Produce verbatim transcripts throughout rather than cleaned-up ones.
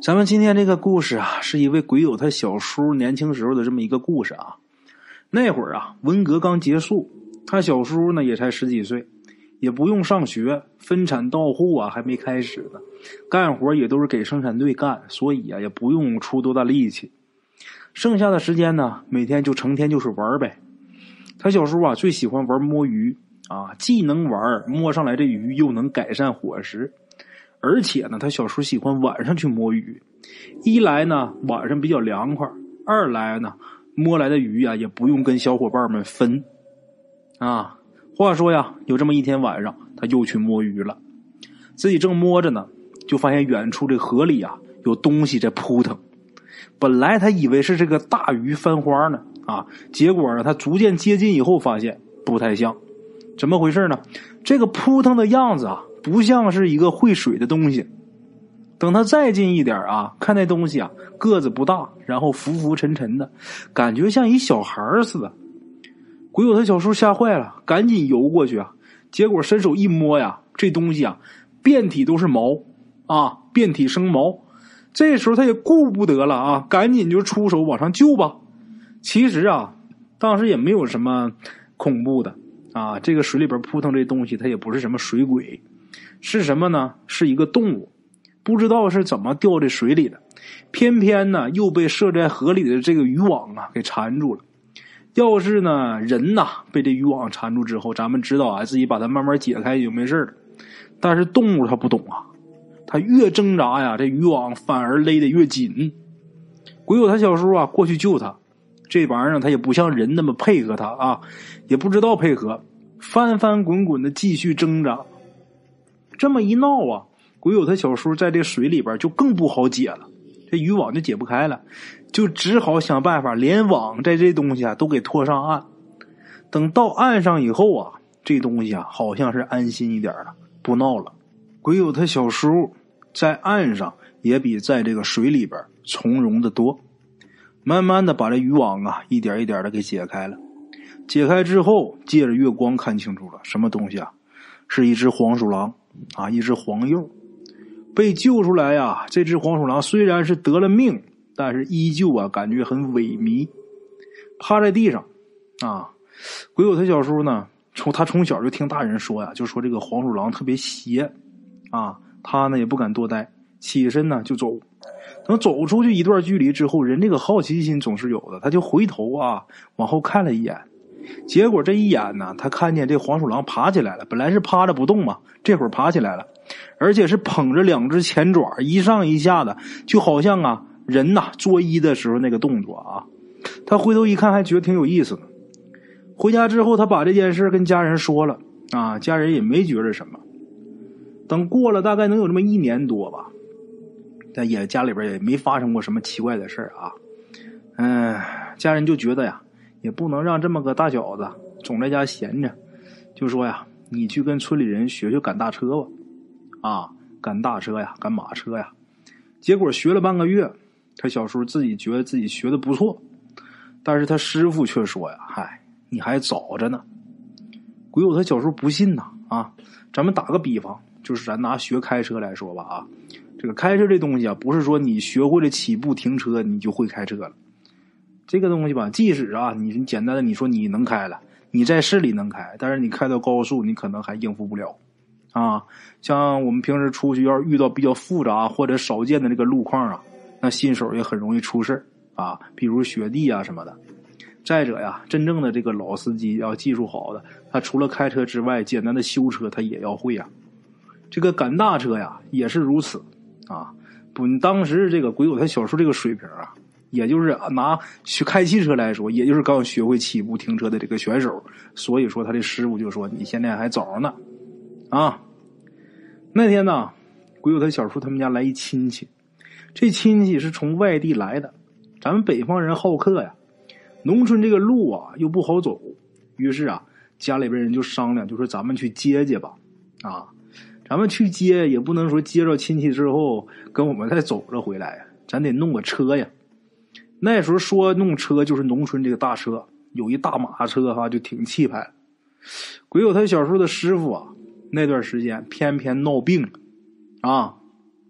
咱们今天这个故事啊，是一位鬼友他小叔年轻时候的这么一个故事啊。那会儿啊，文革刚结束，他小叔呢也才十几岁，也不用上学，分产到户啊还没开始呢，干活也都是给生产队干，所以啊也不用出多大力气。剩下的时间呢，每天就成天就是玩呗。他小叔啊最喜欢玩摸鱼啊，既能玩摸上来这鱼，又能改善伙食。而且呢，他小叔喜欢晚上去摸鱼，一来呢晚上比较凉快，二来呢摸来的鱼啊也不用跟小伙伴们分啊。话说呀，有这么一天晚上，他又去摸鱼了，自己正摸着呢，就发现远处这河里啊有东西在扑腾。本来他以为是这个大鱼翻花呢啊，结果呢他逐渐接近以后发现不太像。怎么回事呢？这个扑腾的样子啊不像是一个会水的东西。等他再近一点啊，看那东西啊个子不大，然后浮浮沉沉的，感觉像一小孩似的。鬼友他小叔吓坏了，赶紧游过去啊，结果伸手一摸呀，这东西啊遍体都是毛啊，遍体生毛。这时候他也顾不得了啊，赶紧就出手往上救吧。其实啊当时也没有什么恐怖的啊，这个水里边扑腾这东西它也不是什么水鬼，是什么呢？是一个动物，不知道是怎么掉这水里的，偏偏呢又被设在河里的这个渔网啊给缠住了。要是呢人呐被这渔网缠住之后，咱们知道啊自己把它慢慢解开也就没事了，但是动物它不懂啊，它越挣扎呀，这渔网反而勒得越紧。鬼友他小叔啊过去救他，这玩意儿他也不像人那么配合他啊，也不知道配合，翻翻滚滚的继续挣扎。这么一闹啊，鬼友他小叔在这水里边就更不好解了，这渔网就解不开了，就只好想办法连网在这东西啊都给拖上岸。等到岸上以后啊，这东西啊好像是安心一点了，不闹了。鬼友他小叔在岸上也比在这个水里边从容的多，慢慢的把这渔网啊一点一点的给解开了。解开之后，借着月光看清楚了，什么东西啊？是一只黄鼠狼啊，一只黄鼬。被救出来呀，这只黄鼠狼虽然是得了命，但是依旧啊感觉很萎靡，趴在地上啊。鬼友他小叔呢，从他从小就听大人说呀，就说这个黄鼠狼特别邪啊，他呢也不敢多待，起身呢就走。等走出去一段距离之后，人这个好奇心总是有的，他就回头啊往后看了一眼。结果这一眼呢，他看见这黄鼠狼爬起来了，本来是趴着不动嘛，这会儿爬起来了，而且是捧着两只前爪一上一下的，就好像啊人呐作揖的时候那个动作啊。他回头一看还觉得挺有意思的。回家之后他把这件事跟家人说了啊，家人也没觉着什么。等过了大概能有这么一年多吧，但也家里边也没发生过什么奇怪的事啊。嗯，家人就觉得呀，也不能让这么个大小子总在家闲着，就说呀，你去跟村里人学学赶大车吧，啊，赶大车呀，赶马车呀。结果学了半个月，他小叔自己觉得自己学的不错，但是他师傅却说呀，嗨，你还早着呢。鬼友他小叔不信呐啊，咱们打个比方，就是咱拿学开车来说吧啊，这个开车这东西啊，不是说你学会了起步停车你就会开车了。这个东西吧，即使啊你简单的你说你能开了，你在市里能开，但是你开到高速你可能还应付不了啊。像我们平时出去要是遇到比较复杂或者少见的这个路况啊，那新手也很容易出事啊，比如雪地啊什么的。再者呀，真正的这个老司机要技术好的，他除了开车之外，简单的修车他也要会呀。这个赶大车呀也是如此啊。不，当时这个鬼友他小叔这个水平啊，也就是拿学开汽车来说，也就是刚学会起步停车的这个选手，所以说他的师傅就说你现在还早呢啊。那天呢，鬼友他小叔他们家来一亲戚，这亲戚是从外地来的，咱们北方人好客呀，农村这个路啊又不好走，于是啊家里边人就商量，就说咱们去接接吧啊。咱们去接也不能说接着亲戚之后跟我们再走着回来呀，咱得弄个车呀。那时候说弄车就是农村这个大车，有一大马车哈，就挺气派。鬼友他小叔的师傅啊，那段时间偏偏闹病了啊。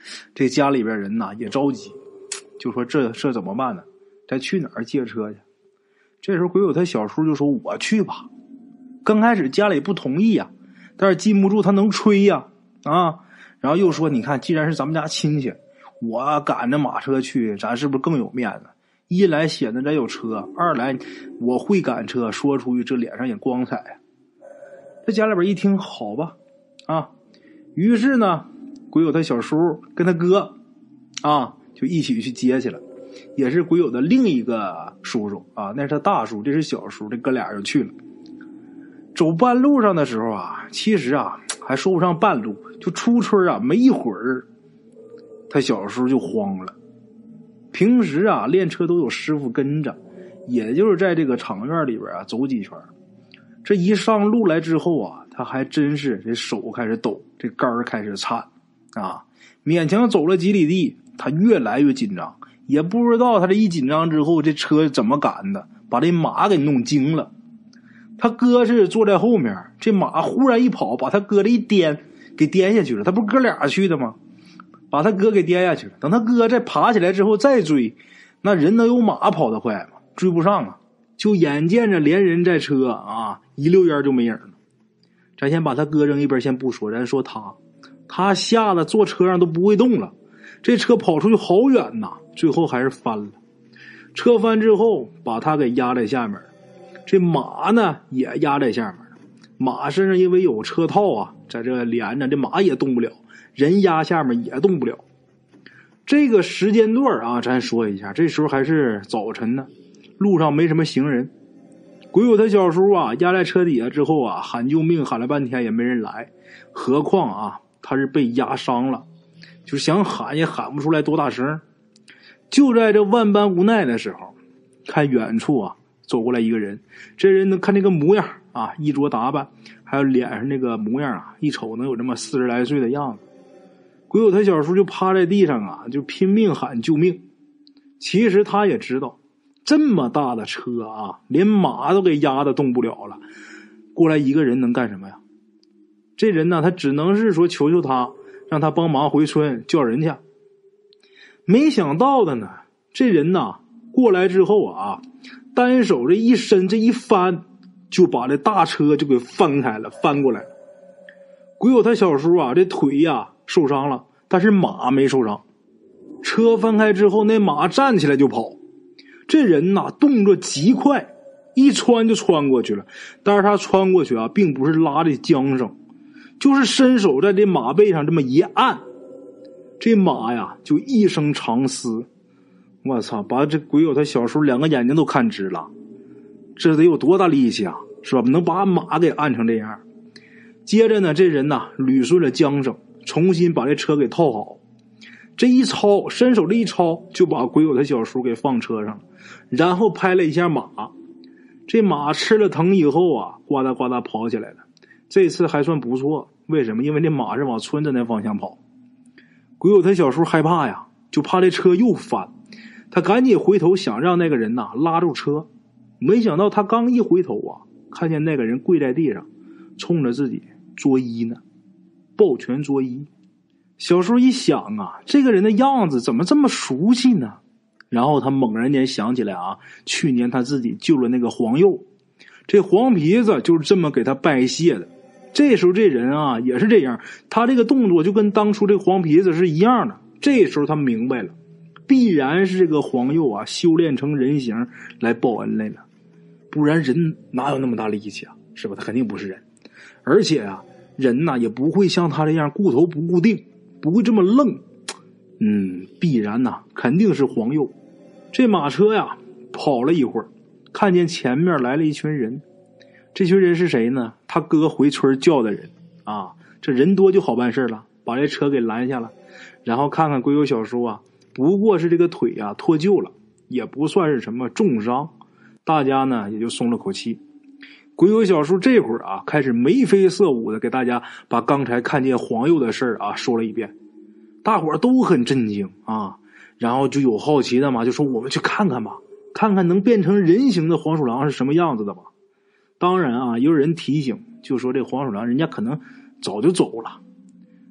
这家里边人呐也着急，就说这这怎么办呢？该去哪儿借车去？这时候鬼友他小叔就说我去吧。刚开始家里不同意啊，但是禁不住他能吹呀 啊, 啊，然后又说你看既然是咱们家亲戚，我赶着马车去，咱是不是更有面子？一来显得咱有车，二来我会赶车，说出去这脸上也光彩呀。这家里边一听好吧啊，于是呢鬼友他小叔跟他哥啊就一起去接去了，也是鬼友的另一个叔叔啊，那是他大叔，这是小叔，这哥俩就去了。走半路上的时候啊，其实啊还说不上半路，就出村啊没一会儿，他小叔就慌了。平时啊练车都有师傅跟着，也就是在这个场院里边啊走几圈。这一上路来之后啊，他还真是这手开始抖，这杆儿开始颤啊，勉强走了几里地，他越来越紧张，也不知道他这一紧张之后这车怎么赶的，把这马给弄惊了。他哥是坐在后面，这马忽然一跑，把他哥这一颠给颠下去了，他不是哥俩去的吗？把他哥给颠下去了。等他哥再爬起来之后再追，那人能有马跑得快吗？追不上啊。就眼见着连人带车啊一溜烟就没影了。咱先把他哥扔一边先不说，咱说他他吓得坐车上都不会动了，这车跑出去好远呐，最后还是翻了。车翻之后把他给压在下面，这马呢也压在下面，马身上因为有车套啊在这连着，这马也动不了，人压下面也动不了。这个时间段啊咱说一下，这时候还是早晨呢，路上没什么行人。鬼友他小叔啊压在车底下之后啊喊救命，喊了半天也没人来，何况啊他是被压伤了，就想喊也喊不出来多大声。就在这万般无奈的时候，看远处啊走过来一个人，这人呢看这个模样啊，衣着打扮还有脸上那个模样啊，一瞅能有这么四十来岁的样子。鬼友他小叔就趴在地上啊就拼命喊救命。其实他也知道这么大的车啊连马都给压得动不了了，过来一个人能干什么呀？这人呢他只能是说求求他，让他帮忙回村叫人去。没想到的呢，这人呢过来之后啊，单手这一伸这一翻，就把这大车就给翻开了，翻过来了。鬼友他小叔啊这腿呀受伤了，但是马没受伤。车翻开之后，那马站起来就跑，这人呐动作极快，一穿就穿过去了。但是他穿过去啊并不是拉着缰绳，就是伸手在这马背上这么一按，这马呀就一声长嘶。我操，把这鬼友他小叔两个眼睛都看直了，这得有多大力气啊，是吧？能把马给按成这样。接着呢，这人呐捋顺了缰绳，重新把这车给套好，这一抄，伸手这一抄，就把鬼友他小叔给放车上了，然后拍了一下马。这马吃了疼以后啊，呱嗒呱嗒跑起来了。这次还算不错，为什么？因为这马是往村子那方向跑。鬼友他小叔害怕呀，就怕这车又翻，他赶紧回头想让那个人呐拉住车，没想到他刚一回头啊，看见那个人跪在地上，冲着自己作揖呢，抱拳作揖。小叔一想啊，这个人的样子怎么这么熟悉呢？然后他猛然间想起来啊，去年他自己救了那个黄鼬，这黄皮子就是这么给他拜谢的。这时候这人啊也是这样，他这个动作就跟当初这黄皮子是一样的。这时候他明白了，必然是这个黄鼬啊修炼成人形来报恩来了，不然人哪有那么大力气啊，是吧？他肯定不是人。而且啊人呐也不会像他这样固头不固定，不会这么愣。嗯，必然呐肯定是黄鼬。这马车呀跑了一会儿，看见前面来了一群人。这群人是谁呢？他哥回村叫的人啊，这人多就好办事了，把这车给拦下了。然后看看鬼友小叔啊，不过是这个腿啊脱臼了，也不算是什么重伤，大家呢也就松了口气。鬼友小叔这会儿啊开始眉飞色舞的给大家把刚才看见黄鼬的事儿啊说了一遍。大伙儿都很震惊啊，然后就有好奇的嘛，就说我们去看看吧，看看能变成人形的黄鼠狼是什么样子的吧。当然啊，也有人提醒，就说这黄鼠狼人家可能早就走了。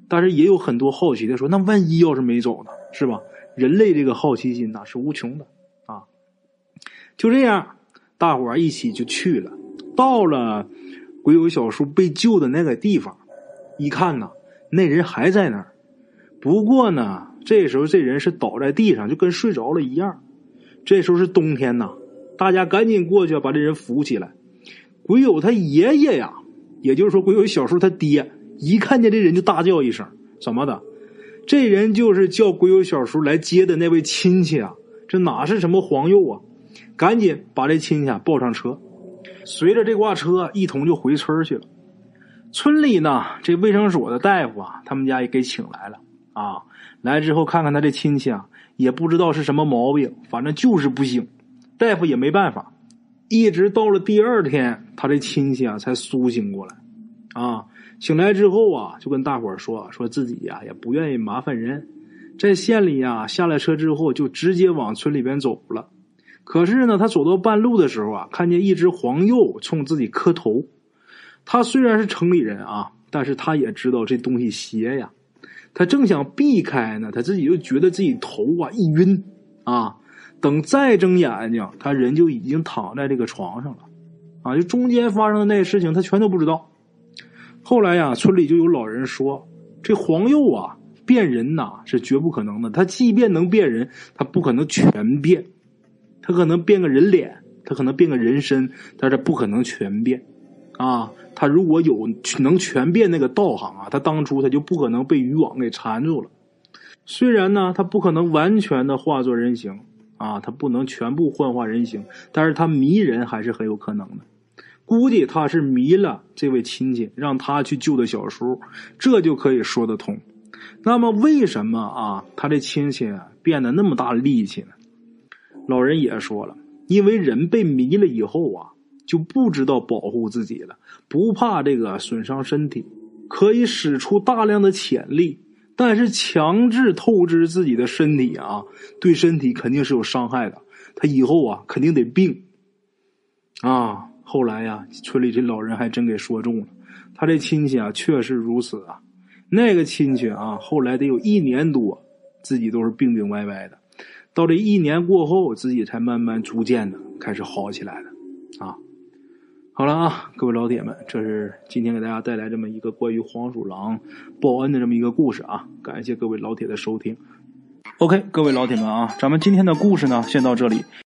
但是也有很多好奇的说，那万一要是没走呢，是吧？人类这个好奇心呐、啊、是无穷的啊。就这样，大伙儿一起就去了，到了鬼友小叔被救的那个地方，一看呐，那人还在那儿。不过呢，这时候这人是倒在地上，就跟睡着了一样。这时候是冬天呐，大家赶紧过去把这人扶起来。鬼友他爷爷呀，也就是说鬼友小叔他爹，一看见这人就大叫一声，怎么的？这人就是叫鬼友小叔来接的那位亲戚啊，这哪是什么黄鼬啊？赶紧把这亲戚啊抱上车，随着这挂车一同就回村去了。村里呢，这卫生所的大夫啊，他们家也给请来了啊。来之后看看他这亲戚啊，也不知道是什么毛病，反正就是不醒。大夫也没办法，一直到了第二天，他这亲戚啊才苏醒过来啊。醒来之后啊，就跟大伙儿说，说自己呀、啊、也不愿意麻烦人，在县里啊下了车之后就直接往村里边走了。可是呢，他走到半路的时候啊，看见一只黄鼬冲自己磕头。他虽然是城里人啊，但是他也知道这东西邪呀。他正想避开呢，他自己就觉得自己头啊一晕啊，等再睁眼睛，他人就已经躺在这个床上了啊，就中间发生的那些事情他全都不知道。后来呀，村里就有老人说，这黄鼬啊变人呐、啊、是绝不可能的，他即便能变人，他不可能全变，他可能变个人脸，他可能变个人身，但是不可能全变啊。他如果有能全变那个道行啊，他当初他就不可能被渔网给缠住了。虽然呢他不可能完全的化作人形啊，他不能全部幻化人形，但是他迷人还是很有可能的。估计他是迷了这位亲戚，让他去救的小叔，这就可以说得通。那么为什么啊他这亲戚啊变得那么大力气呢？老人也说了，因为人被迷了以后啊，就不知道保护自己了，不怕这个损伤身体，可以使出大量的潜力，但是强制透支自己的身体啊，对身体肯定是有伤害的，他以后啊肯定得病啊。后来呀，村里这老人还真给说中了，他这亲戚啊确实如此啊。那个亲戚啊，后来得有一年多，自己都是病病歪歪的，到这一年过后，自己才慢慢逐渐的开始好起来的啊。好了啊，各位老铁们，这是今天给大家带来这么一个关于黄鼠狼报恩的这么一个故事啊，感谢各位老铁的收听。OK， 各位老铁们啊，咱们今天的故事呢先到这里。